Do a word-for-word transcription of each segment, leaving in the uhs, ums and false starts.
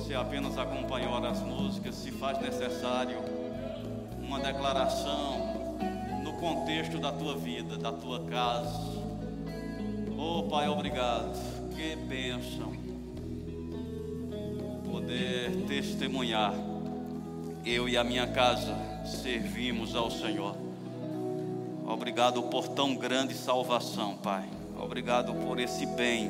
você apenas acompanhou as músicas, se faz necessário uma declaração no contexto da tua vida, da tua casa. Oh Pai, obrigado, que bênção poder testemunhar. Eu e a minha casa servimos ao Senhor. Obrigado por tão grande salvação, Pai. Obrigado por esse bem.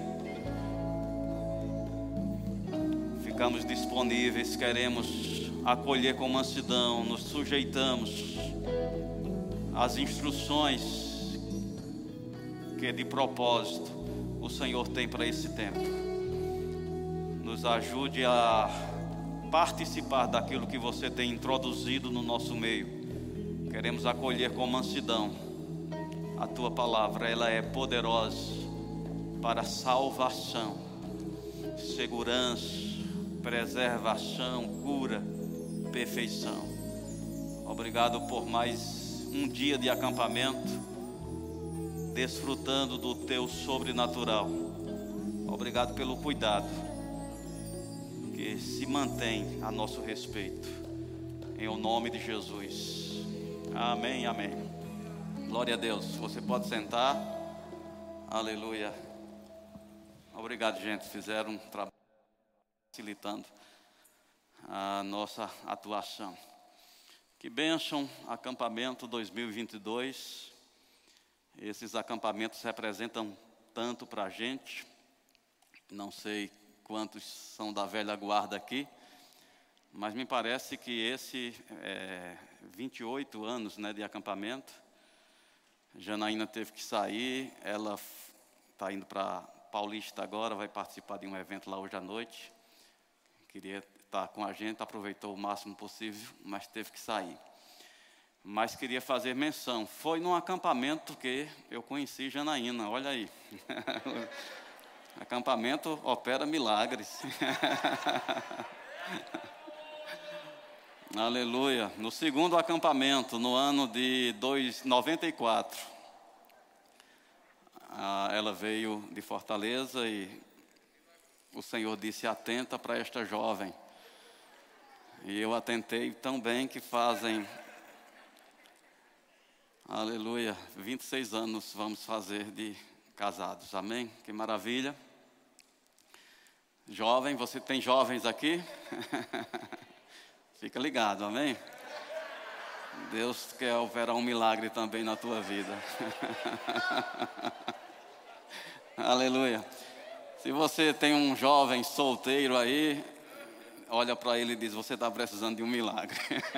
Ficamos disponíveis, queremos acolher com mansidão, nos sujeitamos às instruções que de propósito o Senhor tem para esse tempo. Nos ajude a participar daquilo que você tem introduzido no nosso meio. Queremos acolher com mansidão a tua palavra. Ela é poderosa para salvação, segurança, preservação, cura, perfeição. Obrigado por mais um dia de acampamento, desfrutando do teu sobrenatural. Obrigado pelo cuidado que se mantém a nosso respeito. Em o nome de Jesus. Amém, amém. Glória a Deus. Você pode sentar. Aleluia. Obrigado, gente. Fizeram um trabalho facilitando a nossa atuação. Que bênção, acampamento dois mil e vinte e dois. Esses acampamentos representam tanto para a gente. Não sei quantos são da velha guarda aqui, mas me parece que esse é, vinte e oito anos, né, de acampamento. Janaína teve que sair, ela está indo para Paulista agora, vai participar de um evento lá hoje à noite. Queria estar com a gente, aproveitou o máximo possível, mas teve que sair. Mas queria fazer menção, foi num acampamento que eu conheci Janaína, olha aí. Acampamento opera milagres. Aleluia. No segundo acampamento, no ano de noventa e quatro, ela veio de Fortaleza e o Senhor disse: atenta para esta jovem. E eu atentei tão bem que fazem, aleluia, vinte e seis anos vamos fazer de casados. Amém? Que maravilha. Jovem, você tem jovens aqui? Fica ligado, amém? Deus quer operar um milagre também na tua vida. Aleluia. Se você tem um jovem solteiro aí, olha para ele e diz: você está precisando de um milagre.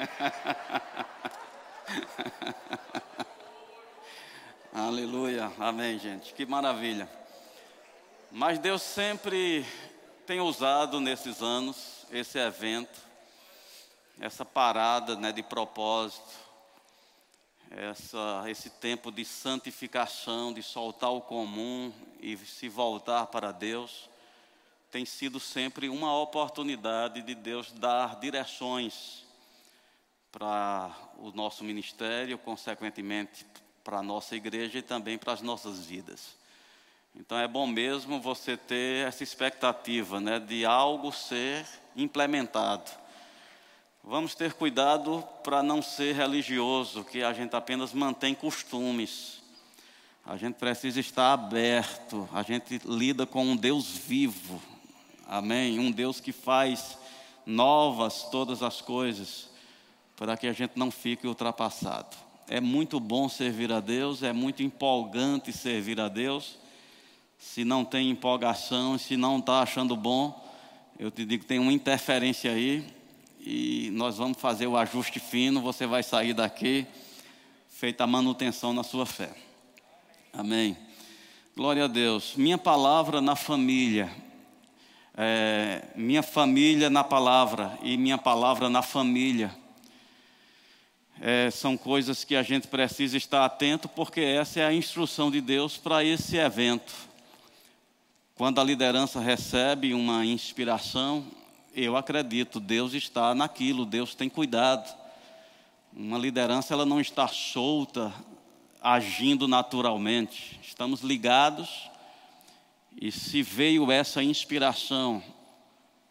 Aleluia, amém, gente, que maravilha. Mas Deus sempre tem usado nesses anos esse evento, essa parada, né, de propósito, essa, esse tempo de santificação, de soltar o comum e se voltar para Deus, tem sido sempre uma oportunidade de Deus dar direções para o nosso ministério, consequentemente para a nossa igreja e também para as nossas vidas. Então é bom mesmo você ter essa expectativa, né, de algo ser implementado. Vamos ter cuidado para não ser religioso, que a gente apenas mantém costumes. A gente precisa estar aberto, a gente lida com um Deus vivo, amém? Um Deus que faz novas todas as coisas, para que a gente não fique ultrapassado. É muito bom servir a Deus, é muito empolgante servir a Deus. Se não tem empolgação, se não está achando bom, eu te digo que tem uma interferência aí, e nós vamos fazer o ajuste fino, você vai sair daqui feita a manutenção na sua fé. Amém. Glória a Deus. Minha palavra na família, é, minha família na palavra e minha palavra na família. É, são coisas que a gente precisa estar atento, porque essa é a instrução de Deus para esse evento. Quando a liderança recebe uma inspiração, eu acredito, Deus está naquilo, Deus tem cuidado. Uma liderança, ela não está solta, agindo naturalmente. Estamos ligados, e se veio essa inspiração,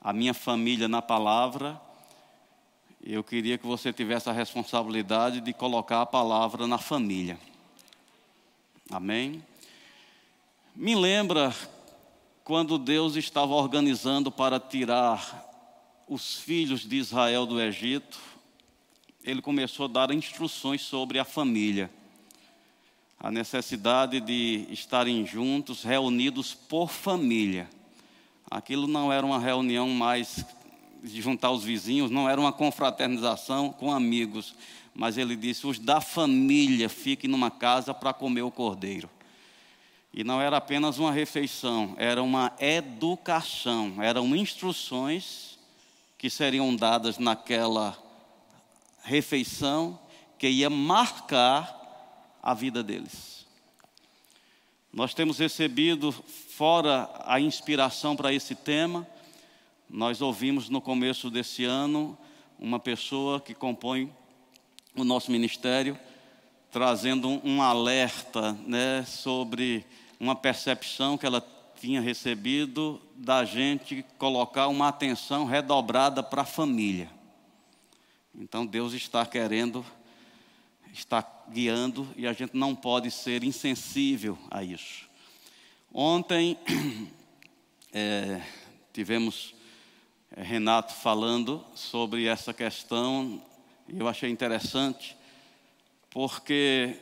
a minha família na palavra, eu queria que você tivesse a responsabilidade de colocar a palavra na família. Amém? Me lembra quando Deus estava organizando para tirar os filhos de Israel do Egito, Ele começou a dar instruções sobre a família. A necessidade de estarem juntos, reunidos por família. Aquilo não era uma reunião mais de juntar os vizinhos, não era uma confraternização com amigos, mas ele disse, os da família fiquem numa casa para comer o cordeiro. E não era apenas uma refeição, era uma educação, eram instruções que seriam dadas naquela refeição que ia marcar a vida deles. Nós temos recebido, fora a inspiração para esse tema, nós ouvimos no começo desse ano uma pessoa que compõe o nosso ministério, trazendo um, um alerta, né, sobre uma percepção que ela tinha recebido da gente colocar uma atenção redobrada para a família. Então Deus está querendo, está guiando e a gente não pode ser insensível a isso. Ontem é, tivemos é, Renato falando sobre essa questão e eu achei interessante porque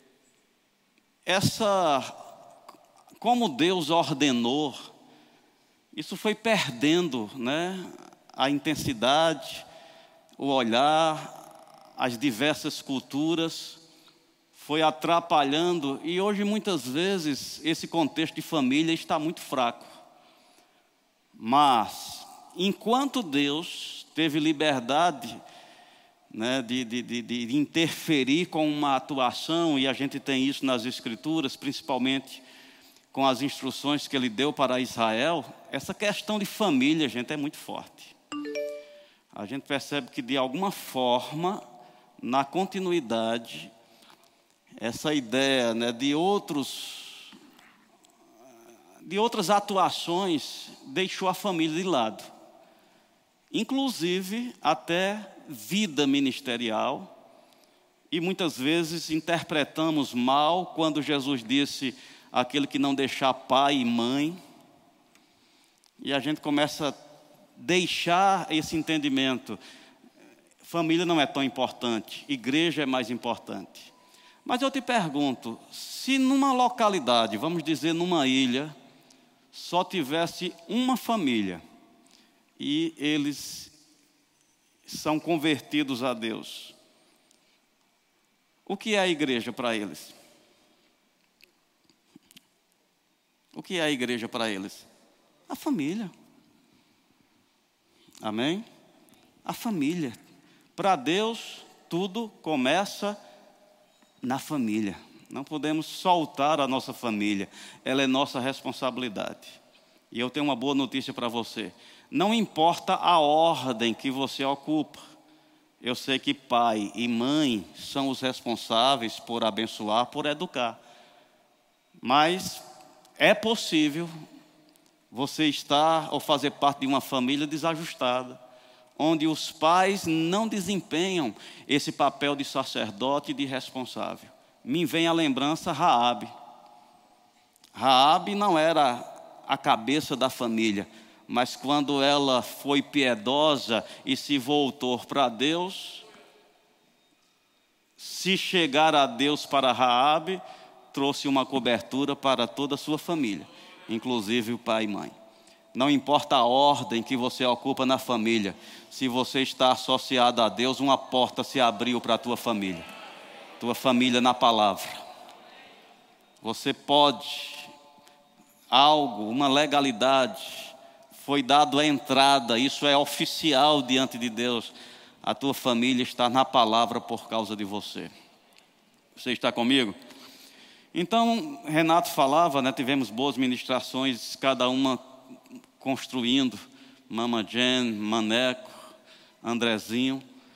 essa, como Deus ordenou, isso foi perdendo, né, a intensidade, o olhar, as diversas culturas, foi atrapalhando e hoje muitas vezes esse contexto de família está muito fraco. Mas, enquanto Deus teve liberdade, né, de, de, de, de interferir com uma atuação, e a gente tem isso nas Escrituras, principalmente com as instruções que Ele deu para Israel, essa questão de família, gente, é muito forte. A gente percebe que de alguma forma, na continuidade, essa ideia, né, de outros, de outras atuações deixou a família de lado. Inclusive até vida ministerial. E muitas vezes interpretamos mal quando Jesus disse aquele que não deixar pai e mãe. E a gente começa a deixar esse entendimento. Família não é tão importante, igreja é mais importante. Mas eu te pergunto, se numa localidade, vamos dizer numa ilha, só tivesse uma família e eles são convertidos a Deus, o que é a igreja para eles? O que é a igreja para eles? A família. Amém? A família. Para Deus, tudo começa na família. Não podemos soltar a nossa família. Ela é nossa responsabilidade. E eu tenho uma boa notícia para você. Não importa a ordem que você ocupa. Eu sei que pai e mãe são os responsáveis por abençoar, por educar. Mas é possível você estar ou fazer parte de uma família desajustada, onde os pais não desempenham esse papel de sacerdote e de responsável. Me vem a lembrança Raabe. Raabe não era a cabeça da família, mas quando ela foi piedosa e se voltou para Deus, se chegar a Deus para Raabe, trouxe uma cobertura para toda a sua família, inclusive o pai e mãe. Não importa a ordem que você ocupa na família, se você está associado a Deus, uma porta se abriu para a tua família. Tua família na palavra. Você pode, algo, uma legalidade, foi dado a entrada, isso é oficial diante de Deus. A tua família está na palavra por causa de você. Você está comigo? Então, Renato falava, né, tivemos boas ministrações, cada uma construindo, Mama Jen, Maneco, Andrezinho.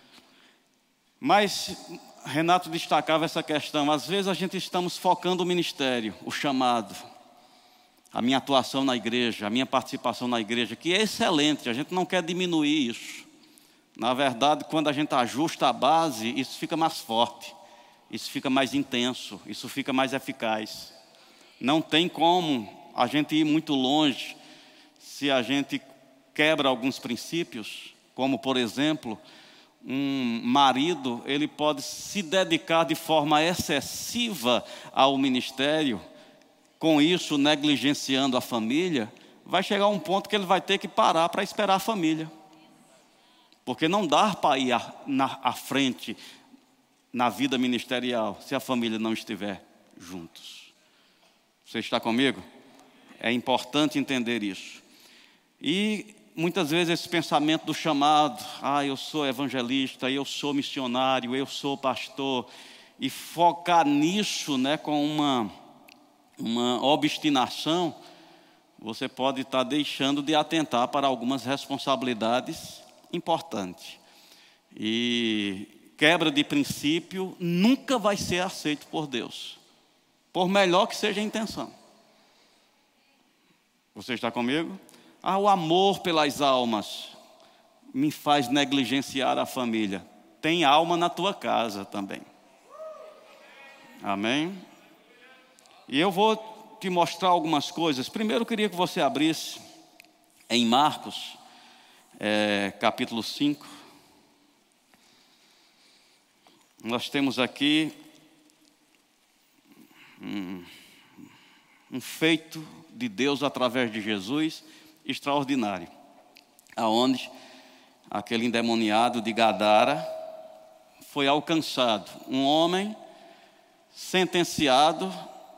Mas Renato destacava essa questão, às vezes a gente estamos focando o ministério, o chamado. a minha atuação na igreja, a minha participação na igreja, que é excelente, a gente não quer diminuir isso. Na verdade, quando a gente ajusta a base, isso fica mais forte, isso fica mais intenso, isso fica mais eficaz. Não tem como a gente ir muito longe se a gente quebra alguns princípios, como, por exemplo, um marido, ele pode se dedicar de forma excessiva ao ministério, com isso negligenciando a família. Vai chegar um ponto que ele vai ter que parar para esperar a família, porque não dá para ir à, na, à frente na vida ministerial se a família não estiver juntos. Você está comigo? É importante entender isso. E muitas vezes esse pensamento do chamado, ah, eu sou evangelista, eu sou missionário, eu sou pastor, e focar nisso, né, com uma, uma obstinação, você pode estar deixando de atentar para algumas responsabilidades importantes. E quebra de princípio nunca vai ser aceito por Deus, por melhor que seja a intenção. Você está comigo? Ah, o amor pelas almas me faz negligenciar a família. Tem alma na tua casa também. Amém? E eu vou te mostrar algumas coisas. Primeiro eu queria que você abrisse em Marcos, é, capítulo cinco. Nós temos aqui um, um feito de Deus através de Jesus extraordinário, aonde aquele endemoniado de Gadara foi alcançado, um homem sentenciado,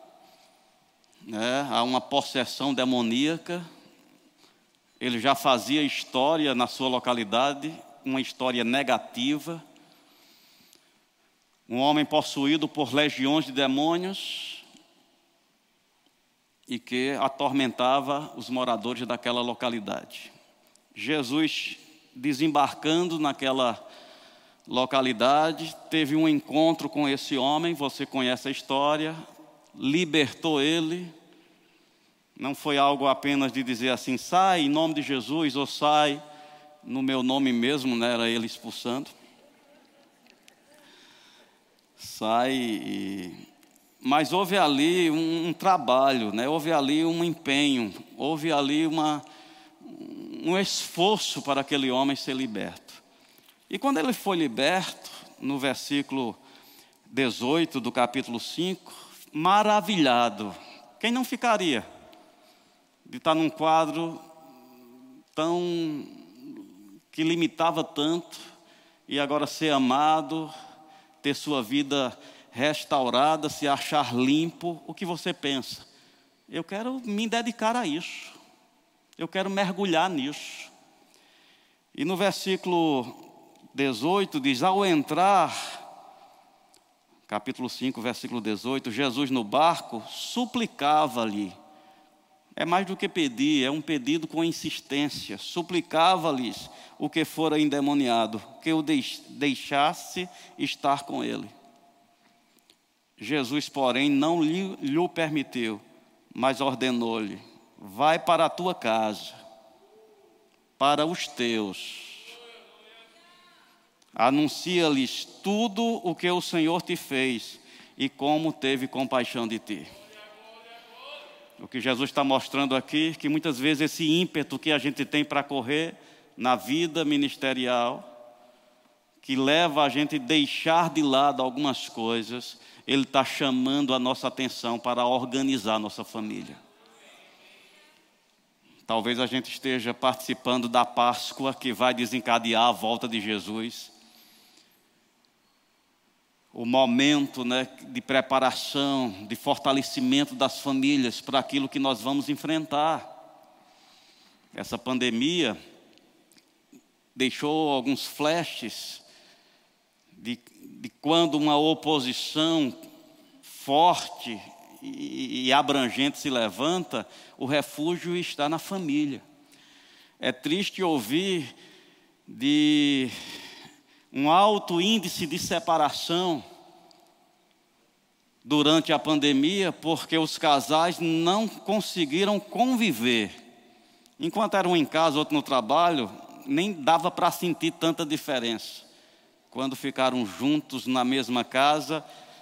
né, a uma possessão demoníaca. Ele já fazia história na sua localidade, uma história negativa. Um homem possuído por legiões de demônios e que atormentava os moradores daquela localidade. Jesus, desembarcando naquela localidade, teve um encontro com esse homem, você conhece a história, libertou ele. Não foi algo apenas de dizer assim, sai em nome de Jesus, ou sai no meu nome mesmo, né? Era ele expulsando. Sai e... Mas houve ali um, um trabalho, né? Houve ali um empenho, houve ali uma, um esforço para aquele homem ser liberto. E quando ele foi liberto, no versículo dezoito do capítulo cinco, maravilhado. Quem não ficaria de estar num quadro tão que limitava tanto e agora ser amado, ter sua vida restaurada, se achar limpo? O que você pensa? Eu quero me dedicar a isso, eu quero mergulhar nisso. E no versículo dezoito diz, ao entrar, capítulo cinco, versículo dezoito, Jesus no barco suplicava-lhe. É mais do que pedir, é um pedido com insistência. Suplicava-lhes o que fora endemoniado, que o deixasse estar com ele. Jesus, porém, não lhe, lhe o permitiu, mas ordenou-lhe, vai para a tua casa, para os teus. Anuncia-lhes tudo o que o Senhor te fez e como teve compaixão de ti. O que Jesus está mostrando aqui, que muitas vezes esse ímpeto que a gente tem para correr na vida ministerial, que leva a gente a deixar de lado algumas coisas, Ele está chamando a nossa atenção para organizar a nossa família. Talvez a gente esteja participando da Páscoa que vai desencadear a volta de Jesus. O momento, né, de preparação, de fortalecimento das famílias para aquilo que nós vamos enfrentar. Essa pandemia deixou alguns flashes de, de quando uma oposição forte e, e abrangente se levanta, o refúgio está na família. É triste ouvir de um alto índice de separação durante a pandemia, porque os casais não conseguiram conviver. Enquanto eram em casa, outro no trabalho, nem dava para sentir tanta diferença. Quando ficaram juntos na mesma casa,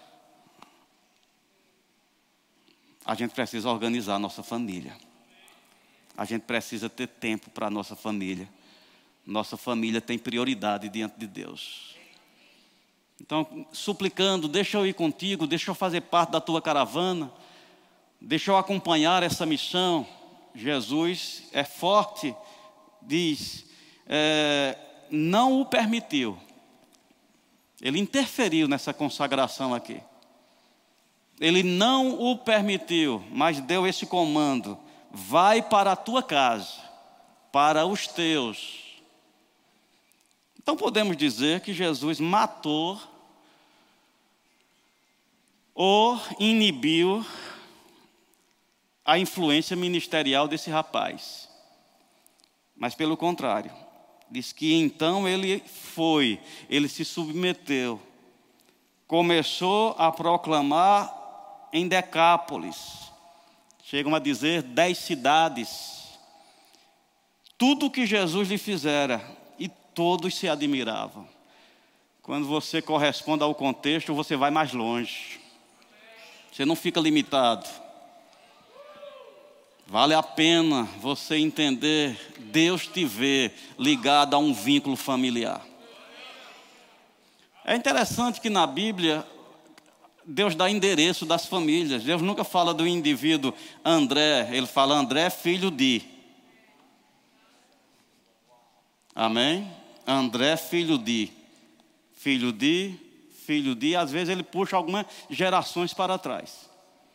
a gente precisa organizar a nossa família. A gente precisa ter tempo para a nossa família. Nossa família tem prioridade diante de Deus. Então, suplicando, deixa eu ir contigo, deixa eu fazer parte da tua caravana, deixa eu acompanhar essa missão. Jesus é forte, diz, é, não o permitiu. Ele interferiu nessa consagração aqui. Ele não o permitiu, mas deu esse comando: vai para a tua casa, para os teus. Então podemos dizer que Jesus matou ou inibiu a influência ministerial desse rapaz. Mas pelo contrário, diz que então ele foi, ele se submeteu, começou a proclamar em Decápolis, chegam a dizer dez cidades, tudo o que Jesus lhe fizera, e todos se admiravam. Quando você corresponde ao contexto, você vai mais longe, você não fica limitado. Vale a pena você entender, Deus te vê ligado a um vínculo familiar. É interessante que na Bíblia, Deus dá endereço das famílias. Deus nunca fala do indivíduo André, ele fala André, filho de. Amém? André, filho de. Filho de, filho de, às vezes ele puxa algumas gerações para trás.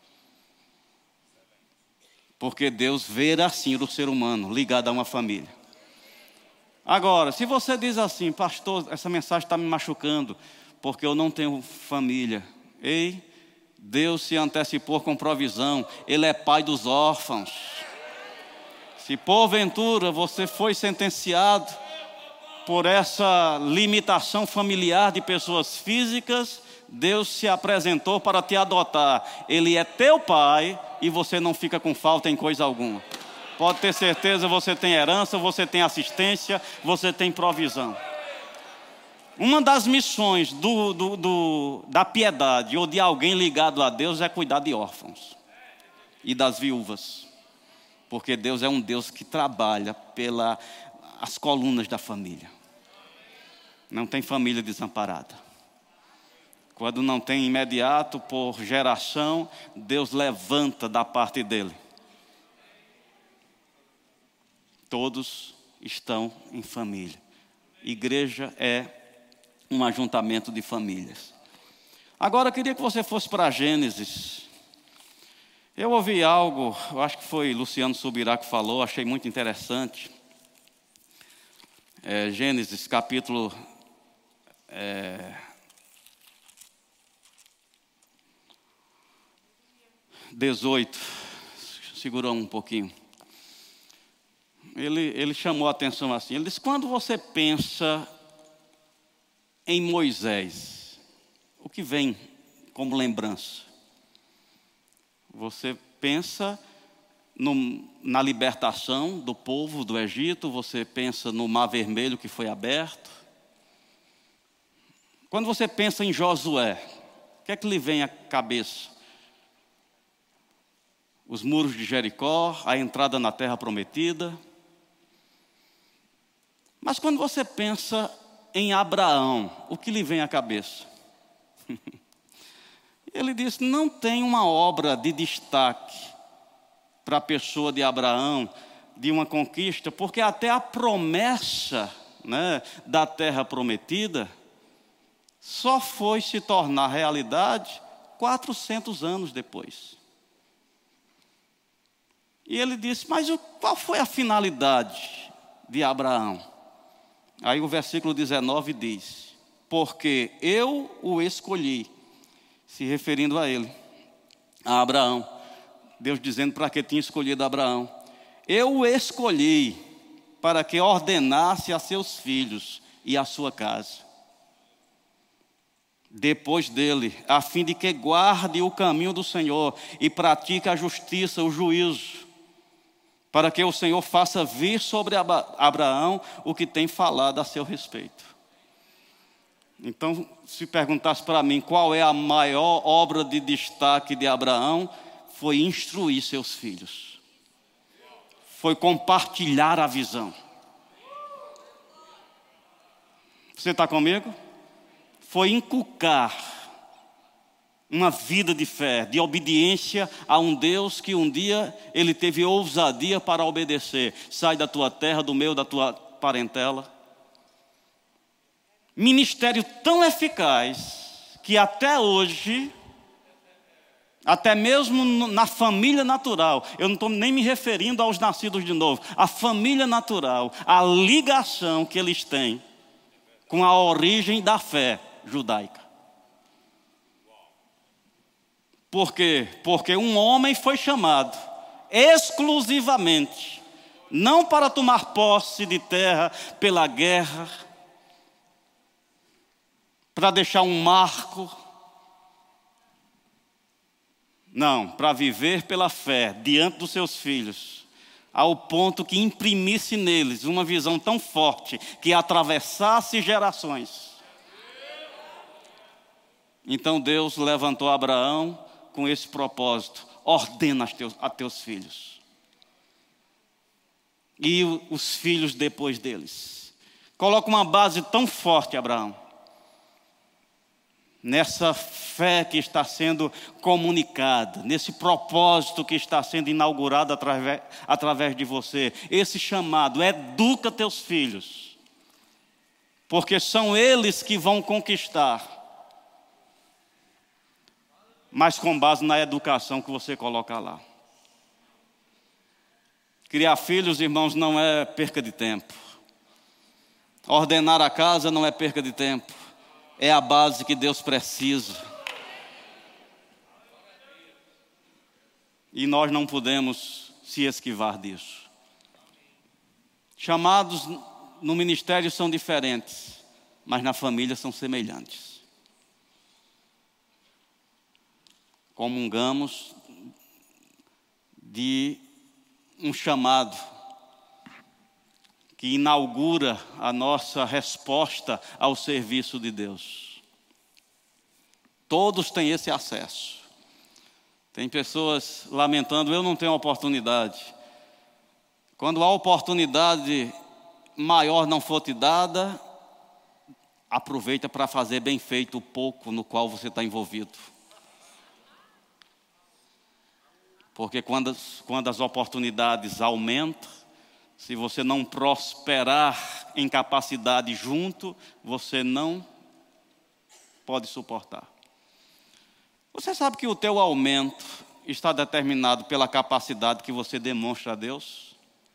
Porque Deus vê assim o ser humano ligado a uma família. Agora, se você diz assim, pastor, essa mensagem está me machucando, porque eu não tenho família. Ei, Deus se antecipou com provisão, Ele é pai dos órfãos. Se porventura você foi sentenciado por essa limitação familiar de pessoas físicas, Deus se apresentou para te adotar. Ele é teu pai e você não fica com falta em coisa alguma. Pode ter certeza, você tem herança, você tem assistência, você tem provisão. Uma das missões do, do, do, da piedade ou de alguém ligado a Deus é cuidar de órfãos e das viúvas. Porque Deus é um Deus que trabalha pelas colunas da família. Não tem família desamparada. Quando não tem imediato, por geração, Deus levanta da parte dele. Todos estão em família. Igreja é um ajuntamento de famílias. Agora eu queria que você fosse para Gênesis. Eu ouvi algo, eu acho que foi Luciano Subirá que falou, achei muito interessante. É, Gênesis capítulo é, dezoito, segurou um pouquinho. Ele, ele chamou a atenção assim, ele disse, quando você pensa em Moisés, o que vem como lembrança? Você pensa no, na libertação do povo do Egito, você pensa no Mar Vermelho que foi aberto. Quando você pensa em Josué, o que é que lhe vem à cabeça? Os muros de Jericó, a entrada na terra prometida. Mas quando você pensa em Abraão, o que lhe vem à cabeça? Ele disse, não tem uma obra de destaque para a pessoa de Abraão, de uma conquista, porque até a promessa, né, da terra prometida só foi se tornar realidade quatrocentos anos depois. E ele disse, mas qual foi a finalidade de Abraão? Aí o versículo dezenove diz, porque eu o escolhi, se referindo a ele, a Abraão. Deus dizendo para que tinha escolhido Abraão. Eu o escolhi para que ordenasse a seus filhos e a sua casa. depois dele, a fim de que guarde o caminho do Senhor e pratique a justiça, o juízo, para que o Senhor faça vir sobre Abraão o que tem falado a seu respeito. Então, se perguntasse para mim qual é a maior obra de destaque de Abraão, foi instruir seus filhos, foi compartilhar a visão. Você está comigo? Foi inculcar uma vida de fé, de obediência a um Deus que um dia ele teve ousadia para obedecer. Sai da tua terra, do meio da tua parentela. Ministério tão eficaz que até hoje, até mesmo na família natural, eu não estou nem me referindo aos nascidos de novo, a família natural, a ligação que eles têm com a origem da fé judaica. Por quê? Porque um homem foi chamado exclusivamente, não para tomar posse de terra pela guerra, para deixar um marco, não, para viver pela fé diante dos seus filhos, ao ponto que imprimisse neles uma visão tão forte que atravessasse gerações. Então Deus levantou Abraão com esse propósito: ordena a teus, a teus filhos. E os filhos depois deles. Coloca uma base tão forte, Abraão, nessa fé que está sendo comunicada, nesse propósito que está sendo inaugurado através, através de você. Esse chamado: educa teus filhos, porque são eles que vão conquistar, mas com base na educação que você coloca lá. Criar filhos, irmãos, não é perca de tempo. Ordenar a casa não é perca de tempo. É a base que Deus precisa. E nós não podemos se esquivar disso. Chamados no ministério são diferentes, mas na família são semelhantes. Comungamos de um chamado que inaugura a nossa resposta ao serviço de Deus. Todos têm esse acesso. Tem pessoas lamentando: eu não tenho oportunidade. Quando a oportunidade maior não for te dada, aproveita para fazer bem feito o pouco no qual você está envolvido. Porque quando, quando as oportunidades aumentam, se você não prosperar em capacidade junto, você não pode suportar. Você sabe que o teu aumento está determinado pela capacidade que você demonstra a Deus?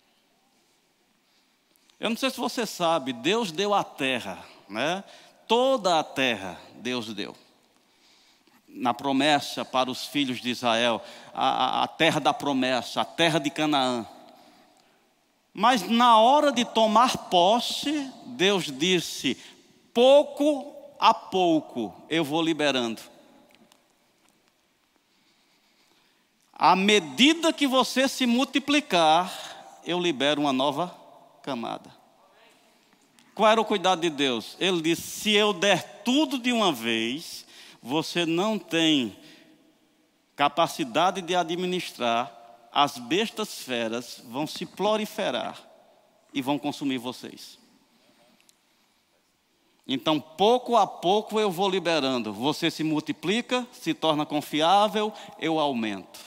Eu não sei se você sabe, Deus deu a terra, né? Toda a terra Deus deu. Na promessa para os filhos de Israel, a, a terra da promessa, a terra de Canaã. Mas na hora de tomar posse, Deus disse: pouco a pouco eu vou liberando. À medida que você se multiplicar, eu libero uma nova camada. Qual era o cuidado de Deus? Ele disse: se eu der tudo de uma vez, você não tem capacidade de administrar, as bestas feras vão se proliferar e vão consumir vocês. Então, pouco a pouco eu vou liberando. Você se multiplica, se torna confiável, eu aumento.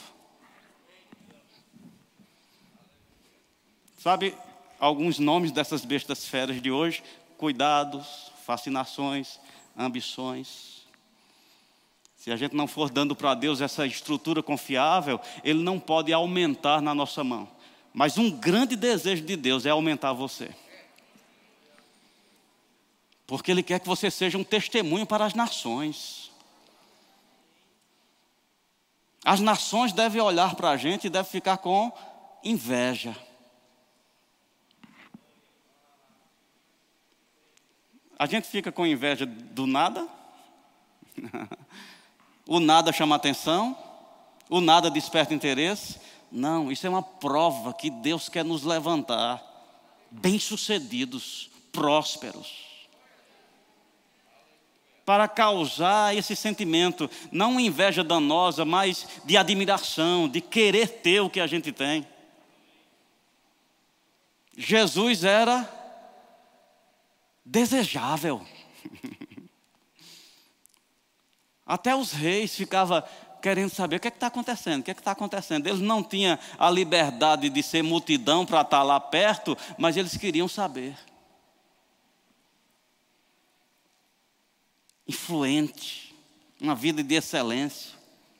Sabe alguns nomes dessas bestas feras de hoje? Cuidados, fascinações, ambições. Se a gente não for dando para Deus essa estrutura confiável, Ele não pode aumentar na nossa mão. Mas um grande desejo de Deus é aumentar você. Porque Ele quer que você seja um testemunho para as nações. As nações devem olhar para a gente e devem ficar com inveja. A gente fica com inveja do nada? O nada chama atenção? O nada desperta interesse? Não, isso é uma prova que Deus quer nos levantar bem-sucedidos, prósperos, para causar esse sentimento, não uma inveja danosa, mas de admiração, de querer ter o que a gente tem. Jesus era desejável. Até os reis ficavam querendo saber o que é que está acontecendo, o que é que está acontecendo. Eles não tinham a liberdade de ser multidão para estar lá perto, mas eles queriam saber. Influente, uma vida de excelência.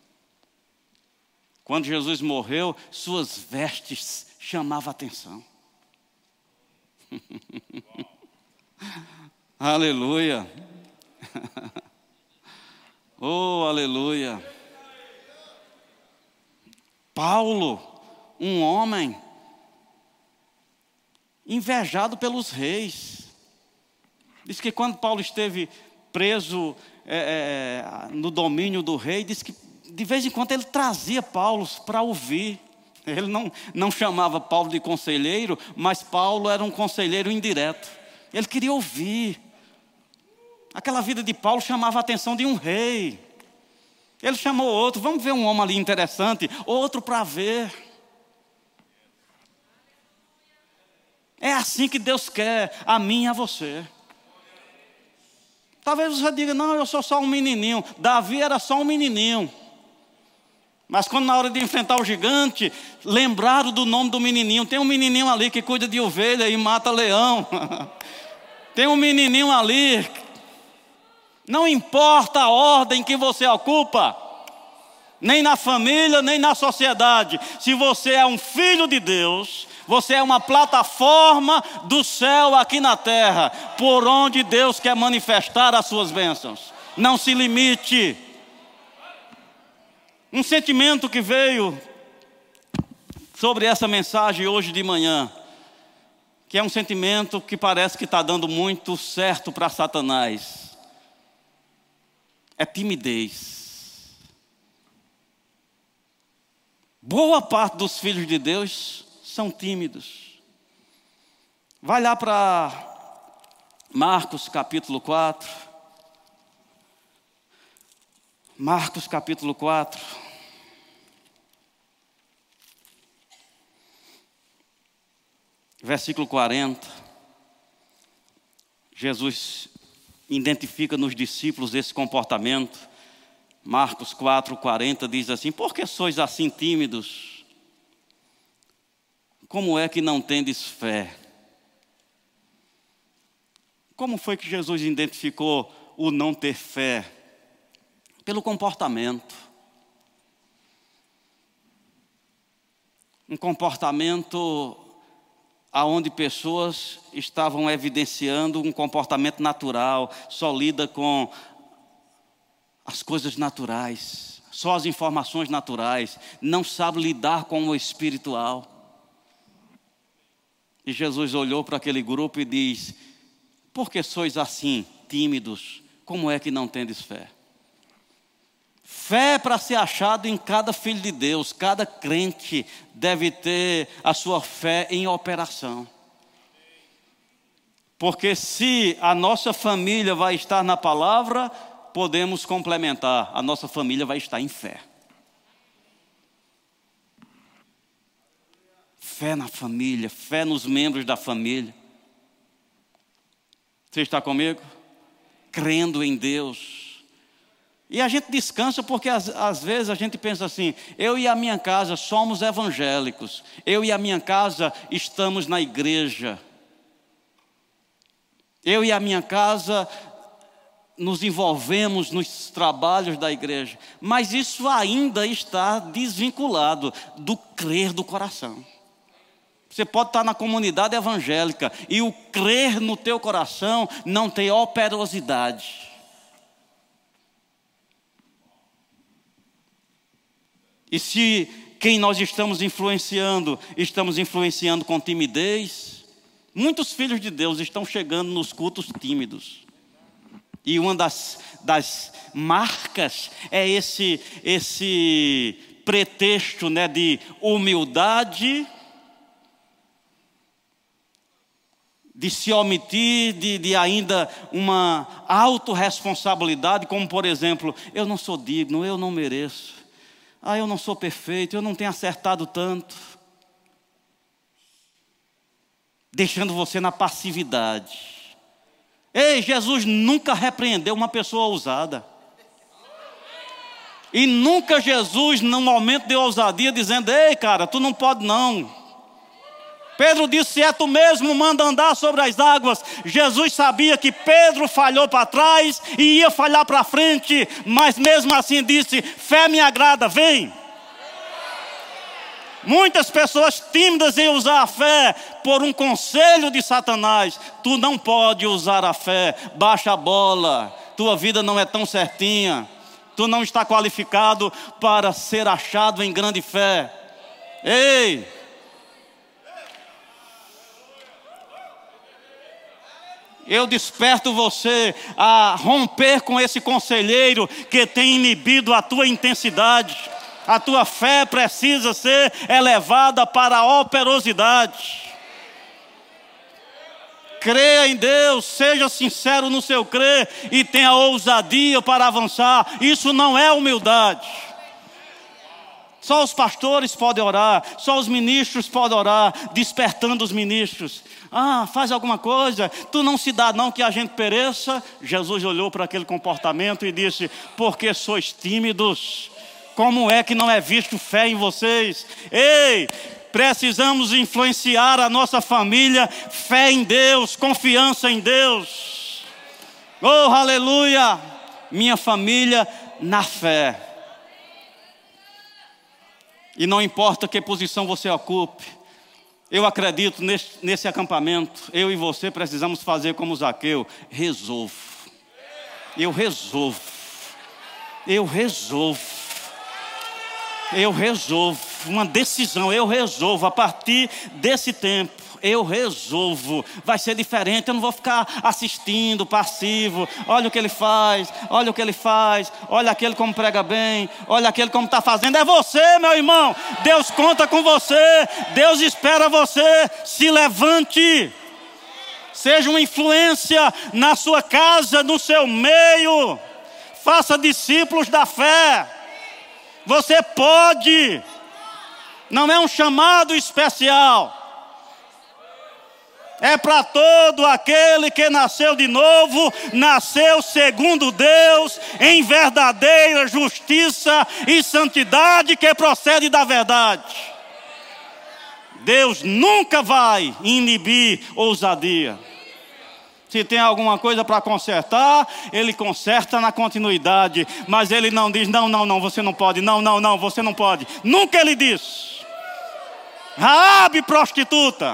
Quando Jesus morreu, suas vestes chamavam a atenção. Aleluia. Oh, aleluia. Paulo, um homem invejado pelos reis. Diz que quando Paulo esteve preso é, é, no domínio do rei, diz que de vez em quando ele trazia Paulo para ouvir. Ele não, não chamava Paulo de conselheiro, mas Paulo era um conselheiro indireto. Ele queria ouvir. Aquela vida de Paulo chamava a atenção de um rei. Ele chamou outro, vamos ver um homem ali interessante, outro para ver. É assim que Deus quer a mim e a você. Talvez você diga, não, eu sou só um menininho. Davi era só um menininho. Mas quando na hora de enfrentar o gigante, lembraram do nome do menininho. Tem um menininho ali que cuida de ovelha e mata leão. Tem um menininho ali. Não importa a ordem que você ocupa, nem na família, nem na sociedade. Se você é um filho de Deus, você é uma plataforma do céu aqui na terra, por onde Deus quer manifestar as suas bênçãos. Não se limite. Um sentimento que veio sobre essa mensagem hoje de manhã, que é um sentimento que parece que está dando muito certo para Satanás, é timidez. Boa parte dos filhos de Deus são tímidos. Vai lá para Marcos capítulo quatro. Marcos capítulo quatro. Versículo quarenta. Jesus identifica nos discípulos esse comportamento. Marcos quatro, quarenta diz assim: por que sois assim tímidos? Como é que não tendes fé? Como foi que Jesus identificou o não ter fé? Pelo comportamento. Um comportamento aonde pessoas estavam evidenciando um comportamento natural, só lida com as coisas naturais, só as informações naturais, não sabe lidar com o espiritual. E Jesus olhou para aquele grupo e diz: por que sois assim, tímidos? Como é que não tendes fé? Fé para ser achado em cada filho de Deus. Cada crente deve ter a sua fé em operação. Porque se a nossa família vai estar na palavra, podemos complementar. A nossa família vai estar em fé. Fé na família, fé nos membros da família. Você está comigo? Crendo em Deus. E a gente descansa porque às, às vezes a gente pensa assim: eu e a minha casa somos evangélicos, eu e a minha casa estamos na igreja, eu e a minha casa nos envolvemos nos trabalhos da igreja. Mas isso ainda está desvinculado do crer do coração. Você pode estar na comunidade evangélica e o crer no teu coração não tem operosidade. E se quem nós estamos influenciando, estamos influenciando com timidez, muitos filhos de Deus estão chegando nos cultos tímidos. E uma das, das marcas é esse, esse pretexto, né, de humildade, de se omitir, de, de ainda uma autorresponsabilidade, como por exemplo, eu não sou digno, eu não mereço, ah, eu não sou perfeito, eu não tenho acertado tanto. Deixando você na passividade. Ei, Jesus nunca repreendeu uma pessoa ousada. E nunca Jesus, num momento de ousadia, dizendo, ei cara, tu não pode não. Pedro disse, se é tu mesmo, manda andar sobre as águas. Jesus sabia que Pedro falhou para trás e ia falhar para frente, mas mesmo assim disse, fé me agrada, vem. Muitas pessoas tímidas em usar a fé por um conselho de Satanás. Tu não pode usar a fé, baixa a bola, tua vida não é tão certinha, tu não está qualificado para ser achado em grande fé. Ei! Eu desperto você a romper com esse conselheiro que tem inibido a tua intensidade. A tua fé precisa ser elevada para a operosidade. Creia em Deus, seja sincero no seu crer e tenha ousadia para avançar. Isso não é humildade. Só os pastores podem orar, só os ministros podem orar, despertando os ministros. Ah, faz alguma coisa, tu não se dá não que a gente pereça. Jesus olhou para aquele comportamento e disse, porque sois tímidos, como é que não é visto fé em vocês? Ei, precisamos influenciar a nossa família, fé em Deus, confiança em Deus. Oh, aleluia, minha família na fé. E não importa que posição você ocupe, eu acredito nesse, nesse acampamento, eu e você precisamos fazer como Zaqueu, resolvo, eu resolvo, eu resolvo, eu resolvo, uma decisão, eu resolvo, a partir desse tempo, eu resolvo, vai ser diferente, eu não vou ficar assistindo, passivo, olha o que ele faz, olha o que ele faz, olha aquele como prega bem, olha aquele como está fazendo, é você meu irmão, Deus conta com você, Deus espera você, se levante, seja uma influência na sua casa, no seu meio, faça discípulos da fé, você pode, não é um chamado especial, é para todo aquele que nasceu de novo, nasceu segundo Deus, em verdadeira justiça e santidade que procede da verdade. Deus nunca vai inibir ousadia. Se tem alguma coisa para consertar, Ele conserta na continuidade. Mas Ele não diz, não, não, não, você não pode, não, não, não, você não pode. Nunca Ele diz. Raabe prostituta.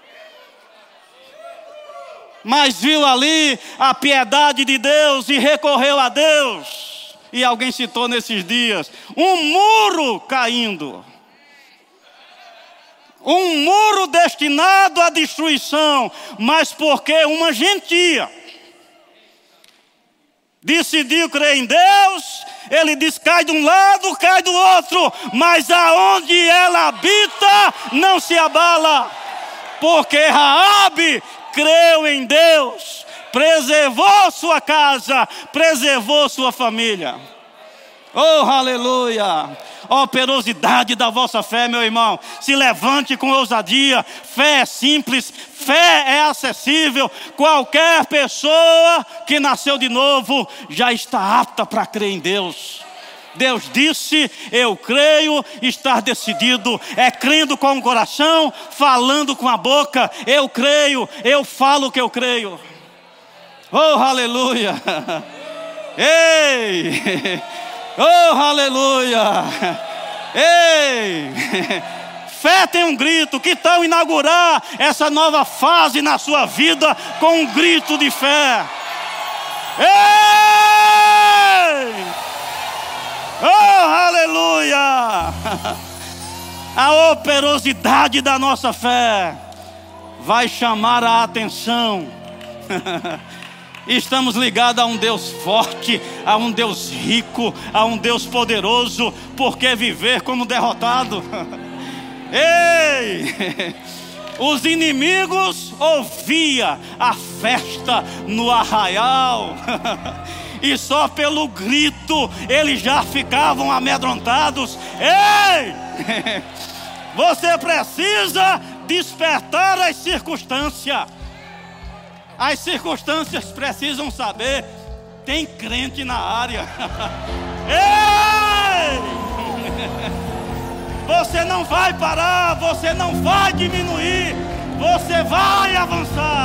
Mas viu ali a piedade de Deus e recorreu a Deus. E alguém citou nesses dias, um muro caindo. Um muro destinado à destruição, mas porque uma gentia decidiu crer em Deus, ele diz, cai de um lado, cai do outro, mas aonde ela habita, não se abala, porque Raabe creu em Deus, preservou sua casa, preservou sua família. Oh, aleluia! Operosidade da vossa fé, meu irmão. Se levante com ousadia. Fé é simples, fé é acessível. Qualquer pessoa que nasceu de novo já está apta para crer em Deus. Deus disse, eu creio, estar decidido, é crendo com o coração, falando com a boca, eu creio, eu falo o que eu creio. Oh, aleluia! Ei! Oh, aleluia! Ei! Fé tem um grito, que tal inaugurar essa nova fase na sua vida com um grito de fé? Ei! Oh, aleluia! A operosidade da nossa fé vai chamar a atenção Estamos ligados a um Deus forte, a um Deus rico, a um Deus poderoso. Por que viver como derrotado? Ei! Os inimigos ouviam a festa no arraial. E só pelo grito eles já ficavam amedrontados. Ei! Você precisa despertar as circunstâncias. As circunstâncias precisam saber, tem crente na área. Ei! Você não vai parar, você não vai diminuir, você vai avançar.